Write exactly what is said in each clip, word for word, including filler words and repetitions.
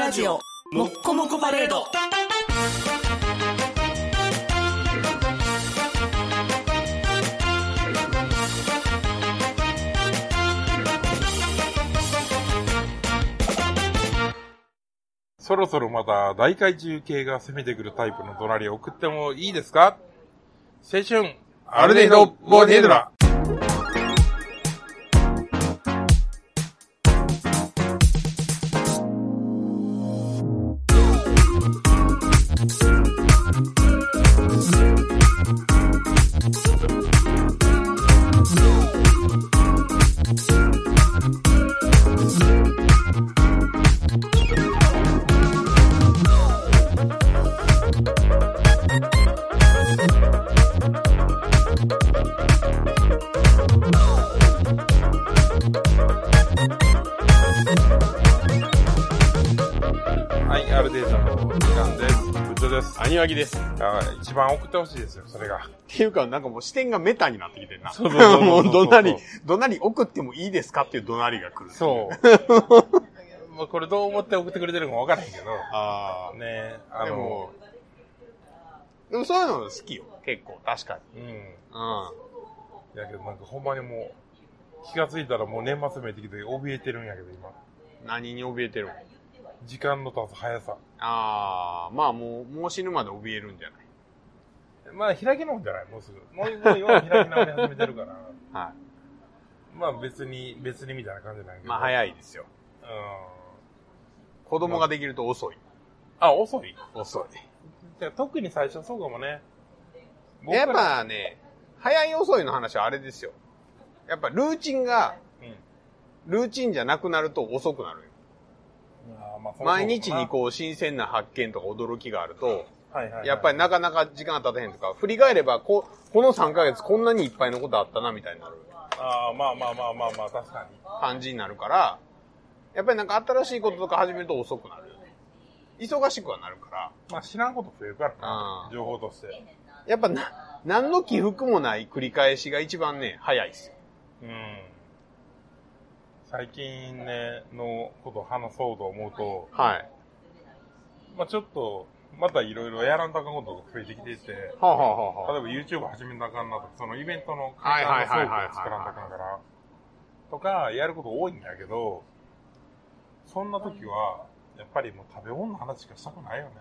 ラジオもっこもこパレード。 そろそろまた大怪獣系が攻めてくるタイプの怒鳴りを送ってもいいですか？青春アルデヒドボディエドラ。 アニワギです。 ああ、一番送ってほしいですよ、それが。 っていうか、なんかもう視点がメタになってきてるな。 そうそうそうそう。 もう怒鳴り、怒鳴り送ってもいいですかっていう怒鳴りが来る。 そう。もうこれどう思って送ってくれてるかもわからへんけど。 ああ。 ねあの。 でも、でもそういうの好きよ。結構、確かに。うん。うん。 だけどなんかほんまにもう、気がついたらもう年末めいてきて怯えてるんやけど、今。 何に怯えてるの？ 時間の経つ速さ。 ああ、まあもう、もう死ぬまで怯えるんじゃない？ まあ開き直んじゃない？もうすぐ。もう、もう今開き直り始めてるから。 はい。 まあ別に、別にみたいな感じなんやけど。 まあ早いですよ。うん。子供ができると遅い。 あ、遅い？ 遅い。 じゃあ特に最初そうかもね。 やっぱね、早い遅いの話はあれですよ。やっぱルーチンが、うん、ルーチンじゃなくなると遅くなるよ。まあ、毎日にこう新鮮な発見とか驚きがあると、はいはいはい、やっぱりなかなか時間が経たへんとか、振り返ればこ、このさんかげつこんなにいっぱいのことあったなみたいになる。 ああ、まあまあまあまあまあ、確かに。 感じになるから、やっぱりなんか新しいこととか始めると遅くなる。忙しくはなるから。 まあ知らんこと増えるからな、情報として。 やっぱな、何の起伏もない繰り返しが一番ね、早いですよ。うん。 最近ね、のことを話そうと思うと、 はい。 まあちょっと、またいろいろやらんとあかんことが増えてきていて、 はあはあはあ、 例えば YouTube 始めなあかんなとか、そのイベントの簡単な装置を作らんとあかんから、とか、やること多いんだけど、そんな時は、やっぱりもう食べ物の話しかしたくないよね。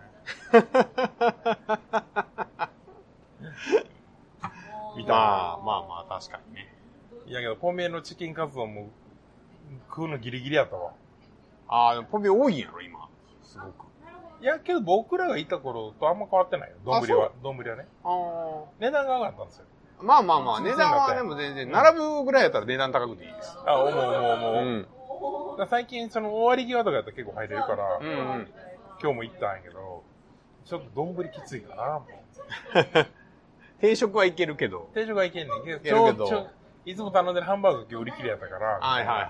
みたいな。 まあまあまあ、確かにね。 いやけど、ポメのチキンカツ丼も、食うのギリギリやったわ。 ああ、でもポメ多いんやろ、今。すごく。 いや、けど僕らがいた頃とあんま変わってないよ。丼は。丼はね。ああ。値段が上がったんですよ。 まあまあまあ、値段はでも全然、並ぶぐらいやったら値段高くていいです。 あ、思う思う思う。うん。最近、その終わり際とかやったら結構入れるから、うんうん、今日も行ったんやけど、ちょっと丼きついかな、もう。 定食はいけるけど。 定食はいけんねんけど、けどちょいつも頼んでるハンバーグ今日売り切れやったから。 はいはいはい。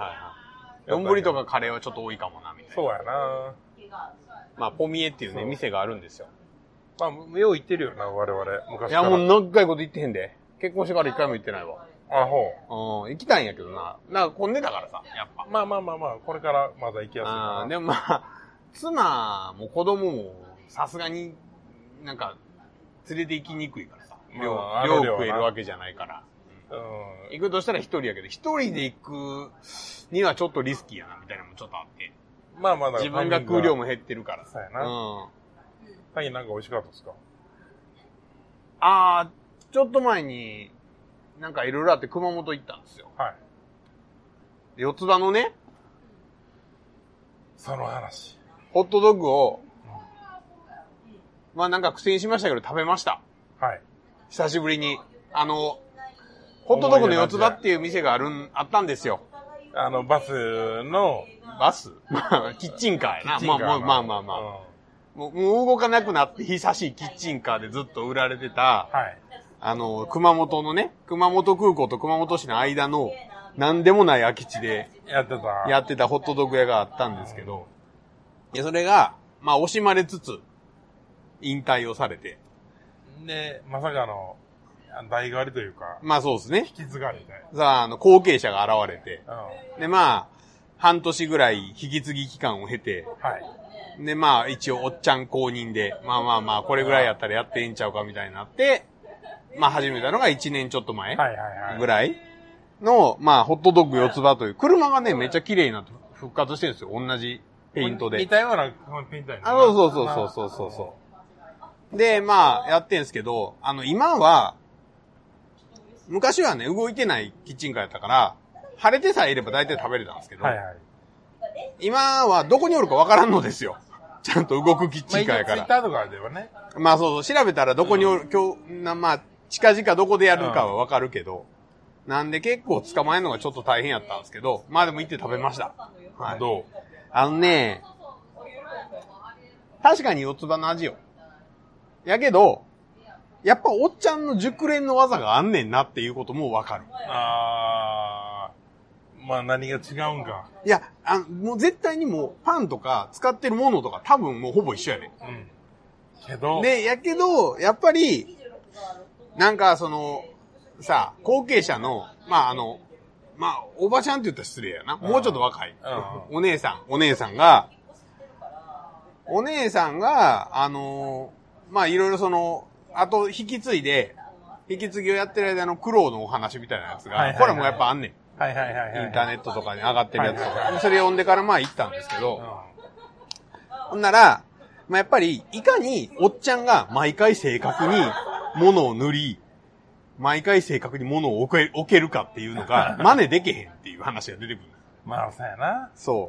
丼とかカレーはちょっと多いかもな、みたいな。 そうやな。 まあ、ポミエっていうね、店があるんですよ。 まあ、よう行ってるよな、我々。昔から。 いや、もう何回こと行ってへんで。結婚してから一回も行ってないわ。 あ、ほう。うん、行きたいんやけどな。なんか混んでたからさ、やっぱ。 まあまあまあまあ、これからまだ行きやすいな。 あでもまあ、妻も子供も、さすがになんか、連れて行きにくいからさ。量、まあ、量食えるわけじゃないから。うん、行くとしたら一人やけど、一人で行くにはちょっとリスキーやな、みたいなのもちょっとあって。 まあまあだ自分が食う量も減ってるから。 そうやな。うん。最近なんか美味しかったですか？ あー、ちょっと前に、なんかいろいろあって熊本行ったんですよ。 はい。 四つ葉のね、 その話。 ホットドッグを、うん、まあなんか苦戦しましたけど食べました。 はい。 久しぶりに。あの、ホットドッグの四つ葉っていう店があるん、あったんですよ。 あの、バスの、 バスまあ、キッチンカーやな。まあまあまあまあまあ。うん、もう、もう動かなくなって久しいキッチンカーでずっと売られてた、はい。あの、熊本のね、熊本空港と熊本市の間の、なんでもない空き地で、 やってた。 やってたホットドッグ屋があったんですけど、いや、それが、まあ、惜しまれつつ、引退をされて。 で、まさかの、代替わりというか。 まあそうですね。 引き継がれて。 さあ、あの、後継者が現れて。 うん、 で、まあ、半年ぐらい引き継ぎ期間を経て。 はい。 で、まあ、一応、おっちゃん公認で、まあまあまあ、これぐらいやったらやってええんちゃうかみたいになって、まあ、始めたのがいちねんちょっと前ぐらいの、まあ、ホットドッグ四つ葉という、車がね、めっちゃ綺麗になって復活してるんですよ。同じペイントで。 似たようなペイントやね。 あ、そうそうそうそうそうそう。で、まあ、やってんすけど、あの、今は、昔はね、動いてないキッチンカーやったから、晴れてさえいれば大体食べれたんですけど、はいはい、今はどこにおるかわからんのですよ。ちゃんと動くキッチンカーやから。 まあ、ツイッターとかではね。 まあそうそう、調べたらどこにおる、うん、今日、なまあ、近々どこでやるかはわかるけど、うん、なんで結構捕まえるのがちょっと大変やったんですけど、まあでも行って食べました。はい。 どう？ あのね、確かに四つ葉の味よ。やけど、やっぱおっちゃんの熟練の技があんねんなっていうこともわかる。 あー、まあ何が違うんか。 いや、あの、もう絶対にもうパンとか使ってるものとか多分もうほぼ一緒やねん。うん。 けど。 で、やけど、やっぱり、なんかその、さ、後継者の、まああの、まあ、おばちゃんって言ったら失礼やな。もうちょっと若い。お姉さん、お姉さんが、お姉さんが、あのー、まあいろいろその、あと引き継いで、引き継ぎをやってる間の苦労のお話みたいなやつが、はいはいはい、これもやっぱあんねん。 はいはいはいはい、 インターネットとかに上がってるやつとか。はいはいはい、それ読んでからまあ行ったんですけど、うん、ほんなら、まあやっぱり、いかにおっちゃんが毎回正確に物を塗り、毎回正確に物を置け、置けるかっていうのが、真似できへんっていう話が出てくる。 まあ、そうやな。 そう。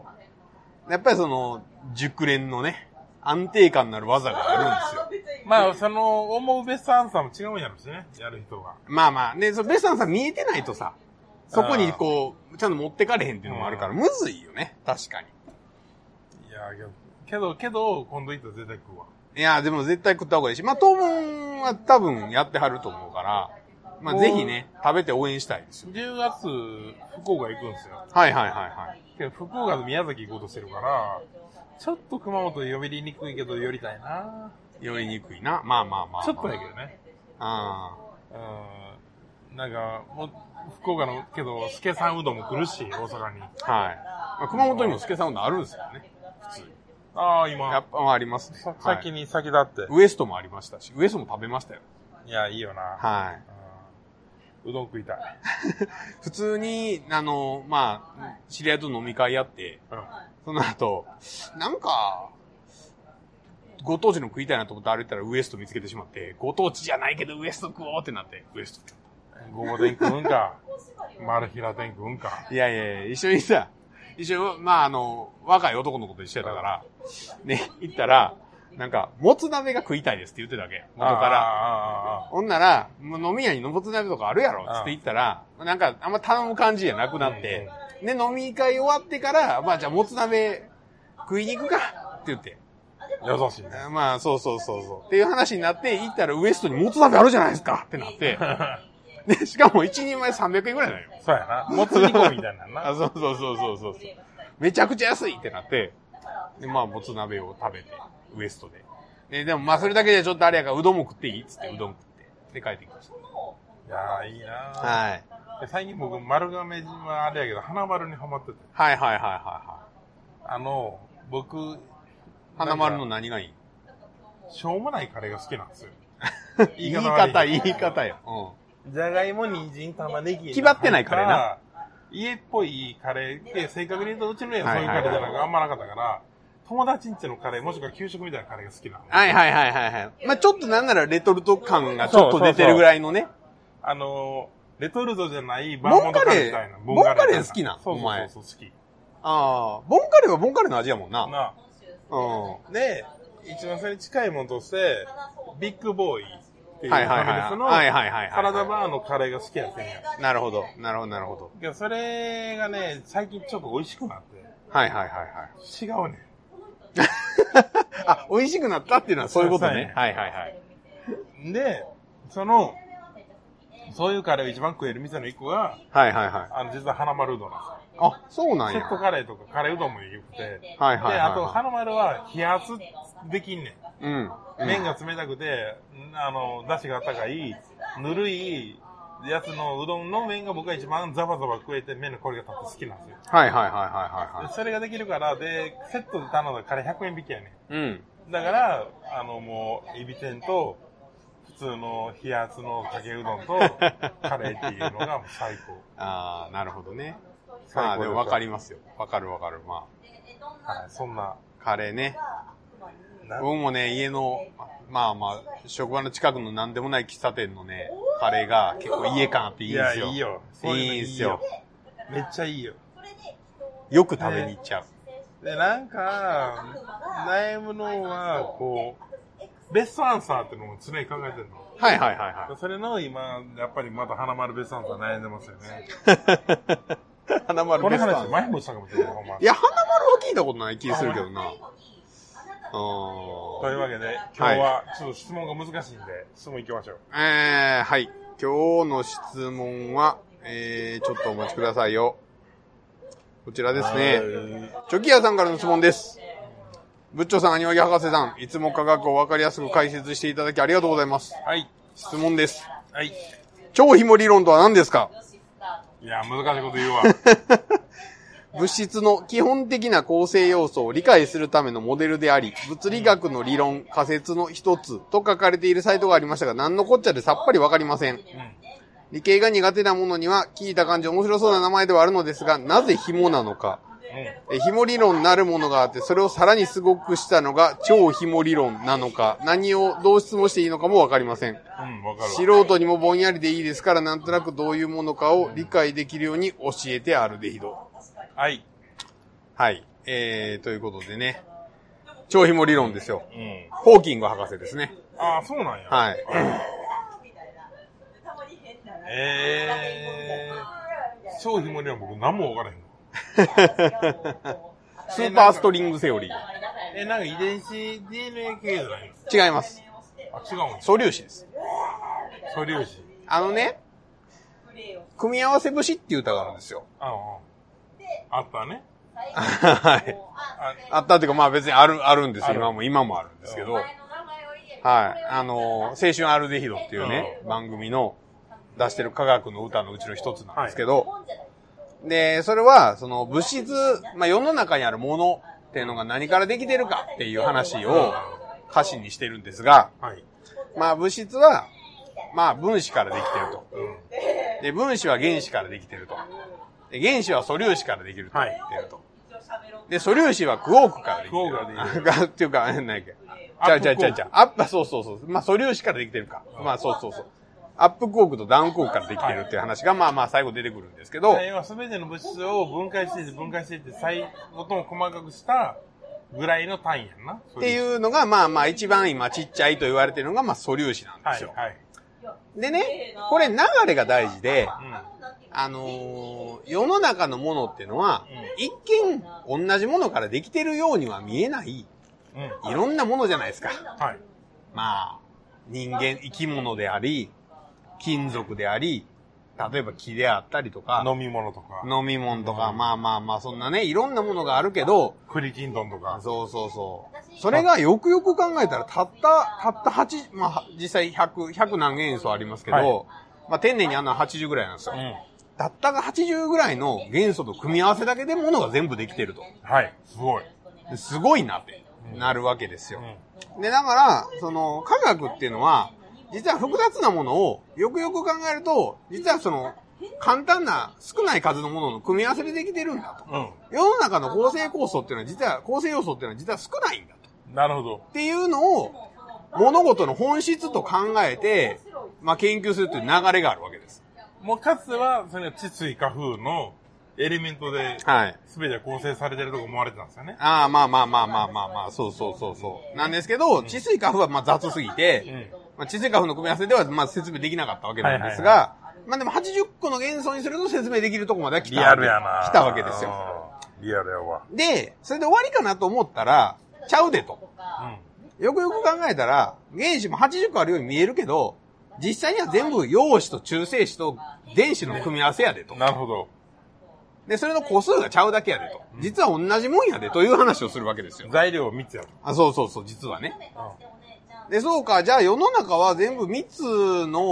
やっぱりその、熟練のね、安定感のある技があるんですよ。 まあ、その、思うベストアンサーも違うんやろしね、やる人が。 まあまあ、ね、そのベストアンサー見えてないとさ、そこにこう、ちゃんと持ってかれへんっていうのもあるから、むずいよね、確かに。 いや、けど、けど、今度行ったら絶対食うわ。 いや、でも絶対食った方がいいし、まあ当分は多分やってはると思うから、まあぜひね、食べて応援したいですよ。 じゅうがつ、福岡行くんですよ。 はいはいはいはい。 けど福岡と宮崎行こうとしてるから、ちょっと熊本呼びにくいけど寄りたいな。 寄りにくいな。まあまあまあ、まあ。 ちょっとだけどね。 ああ。うん。なんか、もう、福岡の、けど、助さんうどんも来るし、大阪に。はい。 まあ、熊本にも助さんうどんあるんですよね。普通に。 ああ、今。 やっぱありますね。 先に先だって、 はい。ウエストもありましたし、ウエストも食べましたよ。 いや、いいよな。 はい。 うどん食いたい。 普通に、あの、まあ、知り合いと飲み会やって、うん、その後、なんか、ご当地の食いたいなと思って歩いたらウエスト見つけてしまって、ご当地じゃないけどウエスト食おうってなって、ウエスト。 ごぼ天食うんか、丸平天食うんか。 いやいやいや、一緒にさ、一緒に、まああの、若い男の子と一緒やったから、ね、行ったら、なんか、もつ鍋が食いたいですって言ってたわけ。元から。ほんなら、飲み屋にもつ鍋とかあるやろつって言ったら、なんか、あんま頼む感じじゃなくなって、で、飲み会終わってから、まあじゃあもつ鍋食いに行くかって言って。 優しいね。 まあ、そうそうそうそう。っていう話になって、行ったらウエストにもつ鍋あるじゃないですかってなって。で、しかも一人前さんびゃくえんくらいなのよ。 そうやな。もつ煮込みみたいなな。 あ、そうそうそうそうそう。めちゃくちゃ安いってなって、で、まあ、もつ鍋を食べて、ウエストで。で、でもまあ、それだけじゃちょっとあれやから、うどんも食っていいっつって、うどん食って。で、帰ってきました。 いやー、いいなー。 はい。 最近僕、丸亀島あれやけど、花丸にハマってて。 はいはいはいはいはい。 あの、僕、 花丸の何がいい？ しょうもないカレーが好きなんですよ。 言い方、言い方よ。 うん。じゃがいも、人参、玉ねぎ。 決まってないカレーな。 家っぽいカレーで、正確に言うとうちの家はそういうカレーじゃなくあんまなかったから、友達んちのカレー、もしくは給食みたいなカレーが好きなの。 はいはいはいはいはい。まあちょっとなんならレトルト感がちょっと出てるぐらいのね。 そうそうそうあの、レトルトじゃないバーモントカレーみたいな。 ボンカレー好きなそうそうそう、好き。 ああ、ボンカレーはボンカレーの味やもんな。 なうん。で、一番それに近いものとして、ビッグボーイっていうファミレスの、サラダバーのカレーが好きやってんや。 なるほど、なるほど、なるほど。 いや、それがね、最近ちょっと美味しくなって。 はいはいはいはい。 違うね。 あ、美味しくなったっていうのはそういうことね。はいはいはい。 で、その、そういうカレーを一番食える店の一個が、 はいはいはい。 あの、実は花丸うどんなんですよ。 あ、そうなんや。 セットカレーとかカレーうどんもよくて。 はいはいはい、はい。 で、あと、花丸は冷圧できんねん。うん。 麺が冷たくて、あの、出汁が高い、ぬるい、 やつのうどんの麺が僕が一番ザバザバ食えて麺の香りが立って好きなんですよ。 はいはいはいはいはい。 それができるから、で、セットで頼んだらカレーひゃくえん引きやねん。うん。 だから、あのもう、エビ天と、普通の冷圧のかけうどんと、カレーっていうのが最高。ああ、なるほどね。まあでもわかりますよ。わかるわかる。まあ。はい、そんな。 カレーね。僕もね、家の、まあまあ、職場の近くのなんでもない喫茶店のね、カレーが結構家感あっていいんですよ。 いや、いいよ。 いいんですよ。 めっちゃいいよ。 よく食べに行っちゃう。で、なんか、悩むのは、こう、ベストアンサーっていうのも常に考えてるの。 はいはいはいはい。 それの今、やっぱりまだ花丸ベストアンサー悩んでますよね。 花丸ベストアンサー。 この話前もしたかもしれない、ほんま。 いや、花丸は聞いたことない気するけどな。 というわけで、今日はちょっと質問が難しいんで、質問行きましょう。 えー、はい。今日の質問は、えー、ちょっとお待ちくださいよ。こちらですね。チョキ屋さんからの質問です。ブッチョさん、アニワギ博士さん、いつも科学をわかりやすく解説していただきありがとうございます。 はい。 質問です。 はい。 超紐理論とは何ですか？ いや、難しいこと言うわ。 物質の基本的な構成要素を理解するためのモデルであり、物理学の理論、仮説の一つと書かれているサイトがありましたが、何のこっちゃでさっぱりわかりません。うん、理系が苦手なものには聞いた感じ面白そうな名前ではあるのですが、なぜ紐なのか。うん、紐理論なるものがあって、それをさらにすごくしたのが超紐理論なのか、何をどう質問していいのかもわかりません。 うん、わかる。 素人にもぼんやりでいいですから、なんとなくどういうものかを理解できるように教えてあるでひど。 はい。 はい。えー、ということでね。超紐理論ですよ。 うん。 ホーキング博士ですね。 ああ、そうなんや。 はい。 えー、超紐理論僕何もわからへんの。 スーパーストリングセオリー。 え、なんか遺伝子 ディーエヌエー 系じゃないの？違います。 あ、違うんです。 素粒子です。 素粒子。 あのね、組み合わせ節っていう歌があるんですよ。 ああ。あったね。 はい。あったっていうか、まあ別にある、あるんですよ。今も、今もあるんですけど。はい。あの、青春アルデヒドっていうね、番組の出してる科学の歌のうちの一つなんですけど、はい、で、それは、その物質、まあ世の中にあるものっていうのが何からできてるかっていう話を歌詞にしてるんですが、はい、まあ物質は、まあ分子からできてると。うん、で、分子は原子からできてると。で、原子は素粒子からできると言ってると。はい、で、素粒子はクォークからできてる。クォークからできてる。っていうか、何やっけ。ちゃうちゃうちゃうちゃう。アップ、そうそうそう。まあ素粒子からできてるか。まあそうそうそう。アップクォークとダウンクォークからできてるっていう話が、まあまあ最後出てくるんですけど。 要は全ての物質を分解していって分解していって最も細かくしたぐらいの単位やんな。 っていうのが、まあまあ一番今ちっちゃいと言われてるのが、まあ素粒子なんですよ。はいはい、でね、これ流れが大事で、うんあのー、世の中のものっていうのは、うん、一見同じものからできてるようには見えない、うん、いろんなものじゃないですか。はい、まあ、人間、生き物であり、金属であり、例えば木であったりとか、 飲み物とか、 飲み物とか、うん、まあまあまあ、そんなね、いろんなものがあるけど、 栗きんとんとか。 そうそうそう。それがよくよく考えたら、たった、たったはち、まあ、実際ひゃく、ひゃく何元素ありますけど、はい、まあ、天然にあんのははちじゅうぐらいなんですよ。うんたったがはちじゅうぐらいの元素と組み合わせだけでものが全部できてると。 はい。すごい。 すごいなってなるわけですよ。うん、で、だから、その、科学っていうのは、実は複雑なものをよくよく考えると、実はその、簡単な少ない数のものの組み合わせでできてるんだと。うん、世の中の構成構想っていうのは実は、構成要素っていうのは実は少ないんだと。 なるほど。 っていうのを、物事の本質と考えて、まあ、研究するという流れがあるわけです。 もうかつては、その地水化風のエレメントで、はい。すべて構成されてると思われてたんですよね。 ああ、まあまあまあまあまあまあ、そうそうそうそう。なんですけど、地水化風はまあ雑すぎて、うん、まあ、地水化風の組み合わせではまあ説明できなかったわけなんですが、はいはいはい、まあでもはちじゅっこの元素にすると説明できるとこまでは来た。 リアルやな。 来たわけですよ。 リアルやわ。 で、それで終わりかなと思ったら、ちゃうでと。うん、よくよく考えたら、原子もはちじゅっこあるように見えるけど、実際には全部陽子と中性子と電子の組み合わせやでと。 なるほど。 で、それの個数がちゃうだけやでと。実は同じもんやでという話をするわけですよ。 材料みっつやる。 あ、そうそうそう、実はね。うん、で、そうか、じゃあ世の中は全部みっつの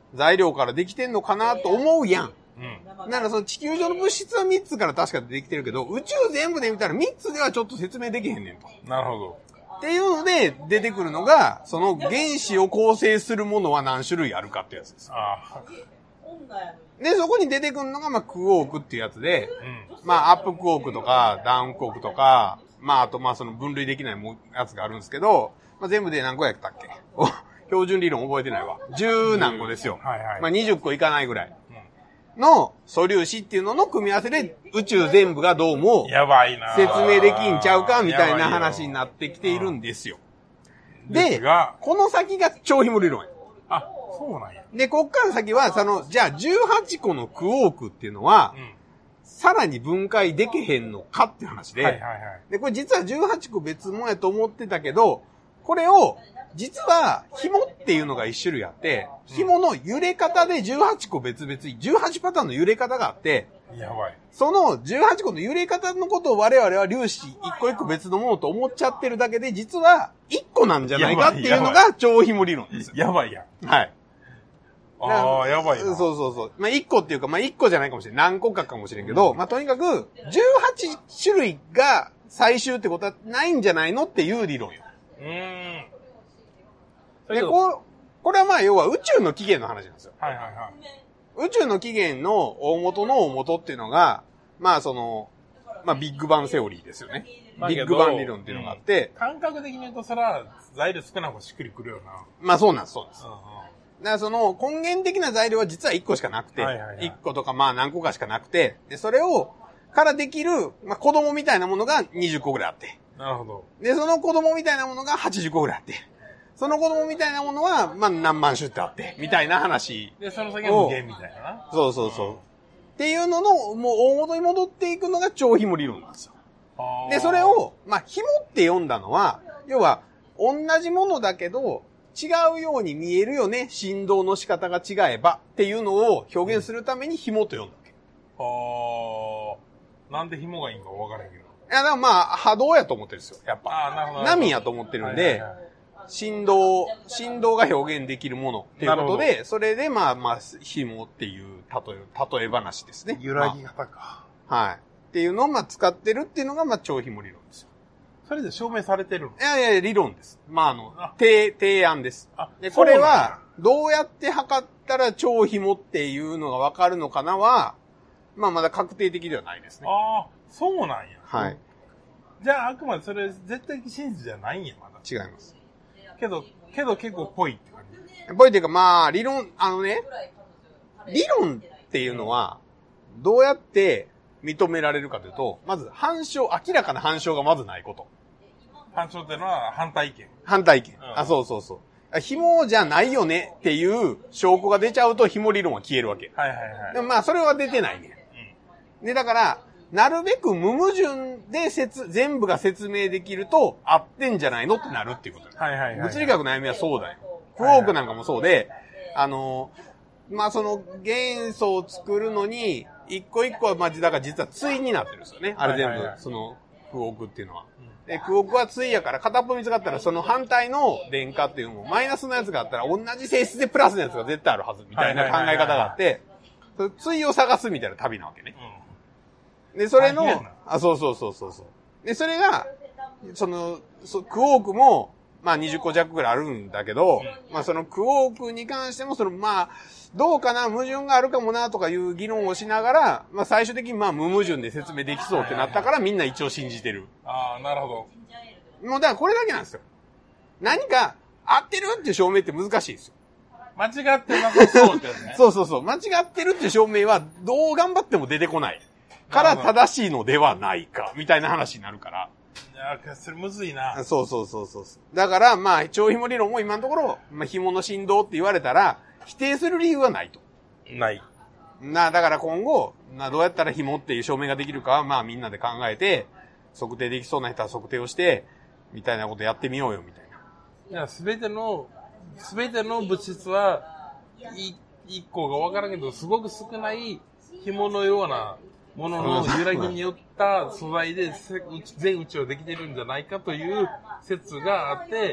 材料からできてんのかなと思うやん。うん。だからその地球上の物質はみっつから確かできてるけど、宇宙全部で見たらみっつではちょっと説明できへんねんと。 なるほど。 っていうので出てくるのが、その原子を構成するものは何種類あるかってやつです。あで、そこに出てくるのが、まあ、クォークっていうやつで、うん、まあ、アップクォークとか、ダウンクォークとか、まあ、あと、まあ、その分類できないやつがあるんですけど、まあ、全部で何個やったっけ標準理論覚えてないわ。十何個ですよ。はいはい、まあ、にじゅっこいかないぐらい。の素粒子っていうのの組み合わせで宇宙全部がどうもやばいな説明できんちゃうかみたいな話になってきているんですよ。で、この先が超紐理論や。 あ、そうなんや。 で、こっから先は、その、じゃあじゅうはちこのクォークっていうのは、うん、さらに分解できへんのかっていう話で、はいはいはい、で、これ実はじゅうはちこ別物やと思ってたけど、これを、実は、紐っていうのが一種類あって、紐の揺れ方でじゅうはちこ別々に、じゅうはちパターンの揺れ方があって、 やばい。 そのじゅうはちこの揺れ方のことを我々は粒子一個一個別のものと思っちゃってるだけで、実はいっこなんじゃないかっていうのが超紐理論ですよ。 やばいやん。 はい。 ああ、やばいな。 そうそうそう。まあ、いっこっていうか、まあ、いっこじゃないかもしれん。何個かかもしれんけど、うん、まあ、とにかく、じゅうはち種類が最終ってことはないんじゃないのっていう理論よ。うーん。で、こ、これはまあ、要は宇宙の起源の話なんですよ。はいはいはい。宇宙の起源の大元の大元っていうのが、まあ、その、まあ、ビッグバンセオリーですよね。ビッグバン理論っていうのがあって、 うん、感覚的に言うと、それは材料少なくしっくりくるよな。 まあ、そうなんです、そうです。うんうん、だからその根源的な材料は実はいっこしかなくて、はいはいはい、いっことかまあ何個かしかなくて、で、それを、からできる、まあ子供みたいなものがにじゅっこぐらいあって。 なるほど。 で、その子供みたいなものがはちじゅっこぐらいあって。その子供みたいなものは、まあ何万種ってあって、みたいな話。 で、その先は無限みたいなな。 そうそうそう。うん、っていうのの、もう大元に戻っていくのが超紐理論なんですよ。で、それを、まあ紐って読んだのは、要は、同じものだけど、違うように見えるよね。振動の仕方が違えばっていうのを表現するために紐と呼んだわけ。 はあ。なんで紐がいいんか分からへんけど。いや、だからまあ波動やと思ってるんですよ。やっぱ。 ああ、なるほど。 波やと思ってるんで、はいはいはい、振動、振動が表現できるものっていうことで、それでまあまあ紐っていう例え、例え話ですね。 揺らぎ方か、 まあ。はい。っていうのをまあ使ってるっていうのがまあ超紐理論ですよ。 それで証明されてるの？ いやいや、理論です。まあ、あの、提、提案です。で、これは、どうやって測ったら超紐っていうのがわかるのかなは、まあ、まだ確定的ではないですね。 ああ、そうなんや。 はい。 じゃあ、あくまでそれ、絶対真実じゃないんや、まだ。 違います。 けど、けど結構ぽいって感じ。ぽいっていうか、まあ、理論、あのね、理論っていうのは、どうやって認められるかというと、まず、反証、明らかな反証がまずないこと。 反証っていうのは反対意見。 反対意見。うん、あ、そうそうそう。紐じゃないよねっていう証拠が出ちゃうと紐理論は消えるわけ。 はいはいはい。 でもまあそれは出てないね。うん、で、だから、なるべく無矛盾で説、全部が説明できると合ってんじゃないのってなるっていうこと。 はいはいはい、はい。 物理学の悩みはそうだよ。クォークなんかもそうで、はいはい、あの、まあその元素を作るのに、一個一個はまあ、だから実は対になってるんですよね。あれ全部、はいはいはい、そのクォークっていうのは。で、クォークは対やから片っぽ水があったらその反対の電荷っていうのもマイナスのやつがあったら同じ性質でプラスのやつが絶対あるはずみたいな考え方があって、対を探すみたいな旅なわけね。うん、で、それの、あ、そうそうそうそうそう。で、それが、その、そクォークも、まあにじゅっこ弱ぐらいあるんだけど、うん、まあそのクォークに関してもその、まあ、どうかな、矛盾があるかもなとかいう議論をしながら、まあ最終的にまあ無矛盾で説明できそうってなったからみんな一応信じてる。 ああ、なるほど。もうだからこれだけなんですよ。何か合ってるっていう証明って難しいですよ。 間違ってなさそうってね。 そうそうそう。間違ってるっていう証明はどう頑張っても出てこない。から正しいのではないか、みたいな話になるから。 いや、それむずいな。 そうそうそうそう。だからまあ超紐理論も今のところ、まあ紐の振動って言われたら、否定する理由はないと。 ない。 な、だから今後、な、どうやったら紐っていう証明ができるかは、まあみんなで考えて、測定できそうな人は測定をして、みたいなことやってみようよ、みたいな。 いや、すべての、すべての物質は、い、一個がわからんけど、すごく少ない紐のようなものの揺らぎによった素材で全宇宙をできてるんじゃないかという説があって、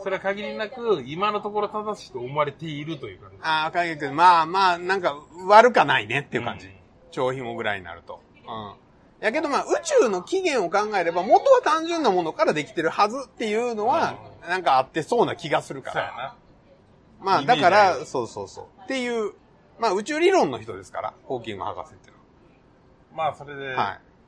それは限りなく、今のところ正しいと思われているという感じ。 ああ、限りなく、まあまあ、なんか、悪かないねっていう感じ。うん、超紐ぐらいになると。うん。やけどまあ、宇宙の起源を考えれば、元は単純なものからできてるはずっていうのは、うん、なんかあってそうな気がするから。そうやな。まあ、だから、そうそうそう。っていう、まあ、宇宙理論の人ですから、ホーキング博士っていうのは。まあ、それで、はい。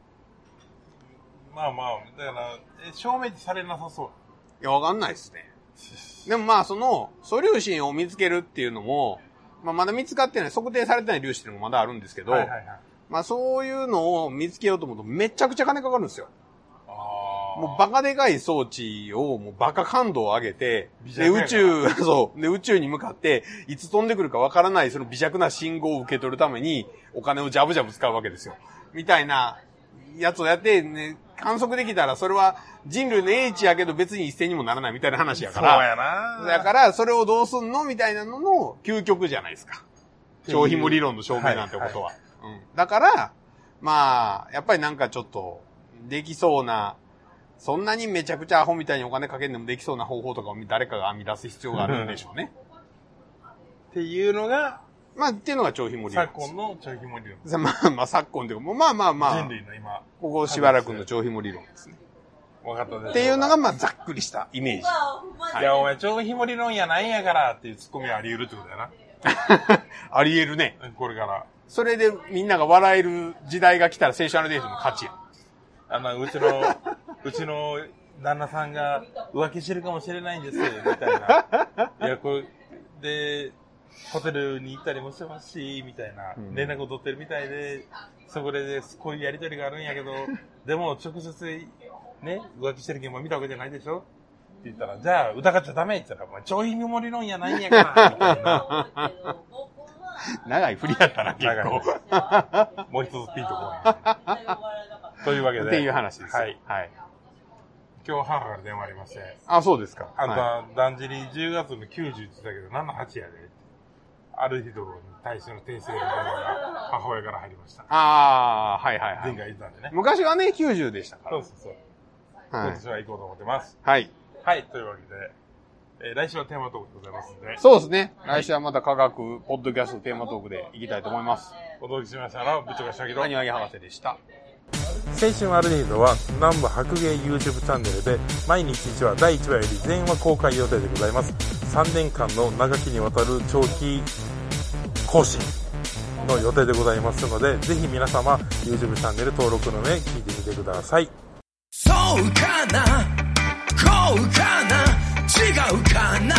まあまあ、だから、え、証明されなさそう。 いや、わかんないですね。でもまあ、その、素粒子を見つけるっていうのも、まあ、まだ見つかってない、測定されてない粒子っていうのもまだあるんですけど、はいはいはい、まあ、そういうのを見つけようと思うとめちゃくちゃ金かかるんですよ。もうバカでかい装置をもうバカ感度を上げて、で、宇宙、そう、で、宇宙に向かって、いつ飛んでくるかわからないその微弱な信号を受け取るために、お金をジャブジャブ使うわけですよ。みたいなやつをやって、ね、観測できたら、それは人類の英知やけど別に一斉にもならないみたいな話やから。 そうやな。 だから、それをどうすんのみたいなのの究極じゃないですか。超紐理論の証明なんてことは。はいはい、うん。だから、まあ、やっぱりなんかちょっと、できそうな、そんなにめちゃくちゃアホみたいにお金かけんでもできそうな方法とかを誰かが編み出す必要があるんでしょうね。 っていうのが、 まあ、っていうのが超紐理論。 昨今の超紐理論。 まあまあ、昨今というか、まあまあまあ。 人類の今。 ここしばらくの超紐理論ですね。 わかったです。 っていうのが、まあ、ざっくりしたイメージ。 はい、いや、お前、超紐理論やないんやからっていうツッコミはあり得るってことだよな。 あり得るね。 これから。 それでみんなが笑える時代が来たら、青春アルデートの勝ちや。 あの、うちの、うちの旦那さんが浮気してるかもしれないんですよ、みたいな。いや、これ、で、ホテルに行ったりもしてますし、みたいな、連絡を取ってるみたいで、そこでこういうやりとりがあるんやけど、でも直接、ね、浮気してる現場見たわけじゃないでしょって言ったら、じゃあ疑っちゃダメって言ったら、お前、超紐盛り論やないんやから、みたいな。 長い振りやったな、結構。 もう一つピンとこない。というわけで。 っていう話です。 はい。はい。今日母から電話ありまして。 あ、そうですか。 あんた、はい、だんじりじゅうがつのきゅうじゅうって言ってたけど、ななはちやで。ある人に対しての訂正の電話が母親から入りました。 ああ、はいはいはい。 前回言ったんでね。 昔はね、きゅうじゅうでしたから。 そうそうそう。はい、今年は行こうと思ってます。 はい。 はい、というわけで、えー、来週はテーマトークでございますので。 そうですね。来週はまた科学、ポッドキャストテーマトークで行きたいと思います。 お届けしましたのは、部長がしたけど。 谷脇博士でした。 青春アルデヒドは南部白芸 YouTube チャンネルで毎日いちわだいいちわより全話公開予定でございます。さんねんかんの長きにわたる長期更新の予定でございますので、ぜひ皆様 YouTube チャンネル登録の上聞いてみてください。 そうかな、こうかな、違うかな、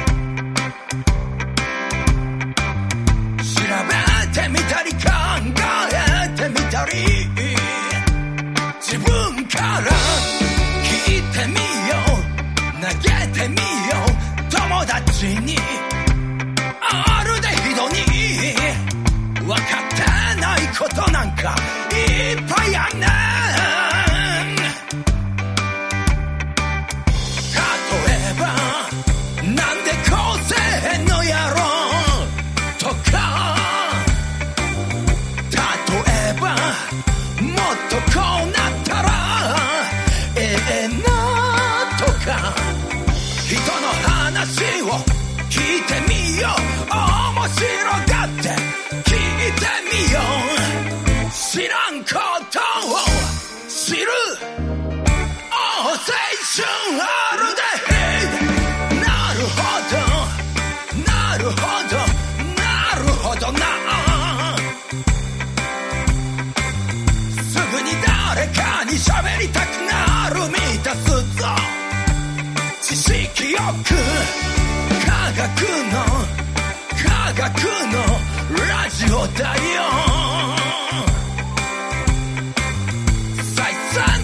調べてみたり考えてみたり、自分から聞いてみよう、投げてみよう、友達に、あるでひどに、分かってないことなんかいっぱいあんねん。例えばなんでこうせへんのやろとか、例えばもっとこうなったらええなとか、人の話を聞いてみよう、面白がって聞いてみよう、知らんことを知る、青春あるで。なるほどなるほどなるほどな、すぐに誰かに喋りたくなる満たすぞ、知識よく科学の科学のラジオだよ、最先